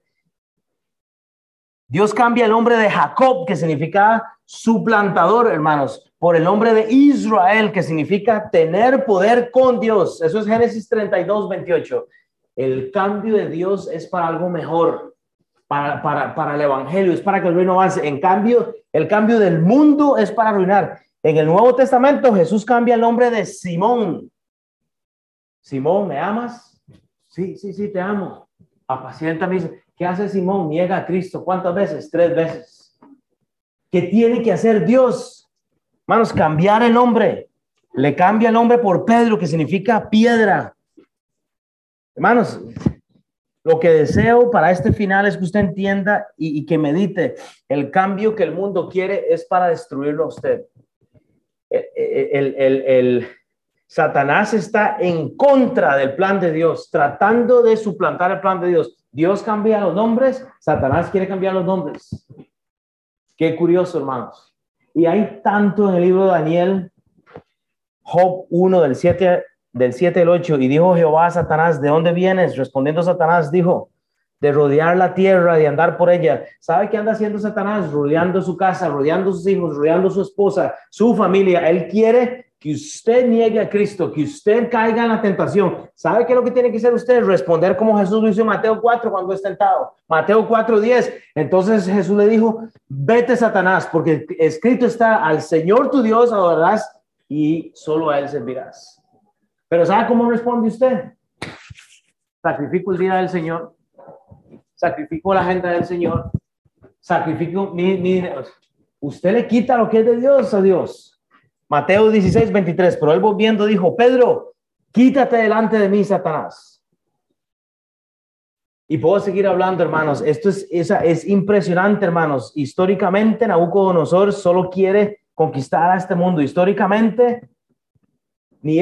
Dios cambia el nombre de Jacob, que significa suplantador, hermanos, por el nombre de Israel, que significa tener poder con Dios. Eso es Génesis 32:28. El cambio de Dios es para algo mejor, para el evangelio, es para que el reino avance. En cambio, el cambio del mundo es para arruinar. En el Nuevo Testamento, Jesús cambia el nombre de Simón. Simón, ¿me amas? Sí, te amo. Apaciéntame. ¿Qué hace Simón? Niega a Cristo. ¿Cuántas veces? 3 veces. ¿Qué tiene que hacer Dios? Hermanos, cambiar el nombre. Le cambia el nombre por Pedro, que significa piedra. Hermanos, lo que deseo para este final es que usted entienda y que medite. El cambio que el mundo quiere es para destruirlo a usted. Satanás está en contra del plan de Dios, tratando de suplantar el plan de Dios. Dios cambia los nombres, Satanás quiere cambiar los nombres. Qué curioso, hermanos. Y hay tanto en el libro de Daniel, Job 1, del 7 al 8. Y dijo Jehová a Satanás, ¿de dónde vienes? Respondiendo Satanás, dijo, de rodear la tierra, de andar por ella. ¿Sabe qué anda haciendo Satanás? Rodeando su casa, rodeando sus hijos, rodeando su esposa, su familia. Él quiere que usted niegue a Cristo, que usted caiga en la tentación. ¿Sabe qué es lo que tiene que hacer usted? Responder como Jesús lo hizo en Mateo 4 cuando es tentado. Mateo 4:10. Entonces Jesús le dijo, vete Satanás, porque escrito está, al Señor tu Dios adorarás y solo a Él servirás. Pero ¿sabe cómo responde usted? Sacrifico el día del Señor. Sacrifico la agenda del Señor. Sacrifico mi usted le quita lo que es de Dios a Dios. Mateo 16:23. Pero él volviendo dijo, Pedro, quítate delante de mí, Satanás. Y puedo seguir hablando, hermanos. Esto es impresionante, hermanos. Históricamente, Nabucodonosor solo quiere conquistar a este mundo. Históricamente, ni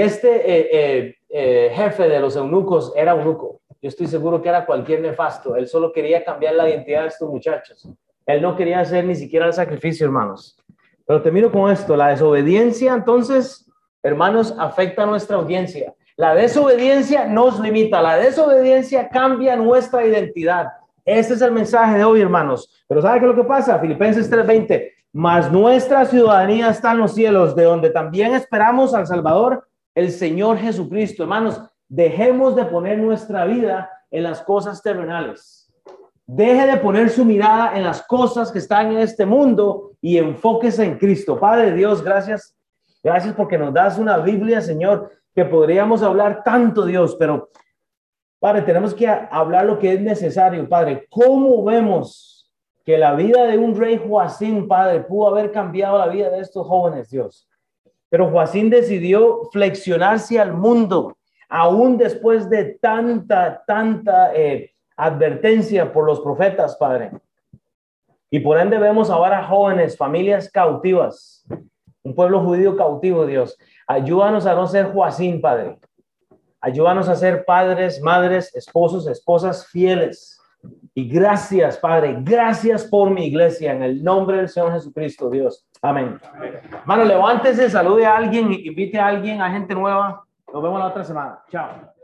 jefe de los eunucos era eunuco. Yo estoy seguro que era cualquier nefasto. Él solo quería cambiar la identidad de estos muchachos. Él no quería hacer ni siquiera el sacrificio, hermanos. Pero termino con esto. La desobediencia, entonces, hermanos, afecta a nuestra audiencia. La desobediencia nos limita. La desobediencia cambia nuestra identidad. Este es el mensaje de hoy, hermanos. Pero ¿sabe qué es lo que pasa? Filipenses 3:20. Mas nuestra ciudadanía está en los cielos, de donde también esperamos al Salvador, el Señor Jesucristo. Hermanos, dejemos de poner nuestra vida en las cosas terrenales. Deje de poner su mirada en las cosas que están en este mundo y enfóquese en Cristo. Padre Dios, gracias. Gracias porque nos das una Biblia, Señor, que podríamos hablar tanto, Dios, pero Padre, tenemos que hablar lo que es necesario, Padre. ¿Cómo vemos que la vida de un rey Joacín, Padre, pudo haber cambiado la vida de estos jóvenes, Dios? Pero Joacín decidió flexionarse al mundo, aún después de tanta advertencia por los profetas, Padre. Y por ende vemos ahora jóvenes, familias cautivas, un pueblo judío cautivo, Dios. Ayúdanos a no ser Joacín, Padre. Ayúdanos a ser padres, madres, esposos, esposas fieles Y gracias, Padre, gracias por mi iglesia en el nombre del Señor Jesucristo, Dios. Amén. Hermano, levántese, salude a alguien, invite a alguien, a gente nueva. Nos vemos la otra semana. Chao.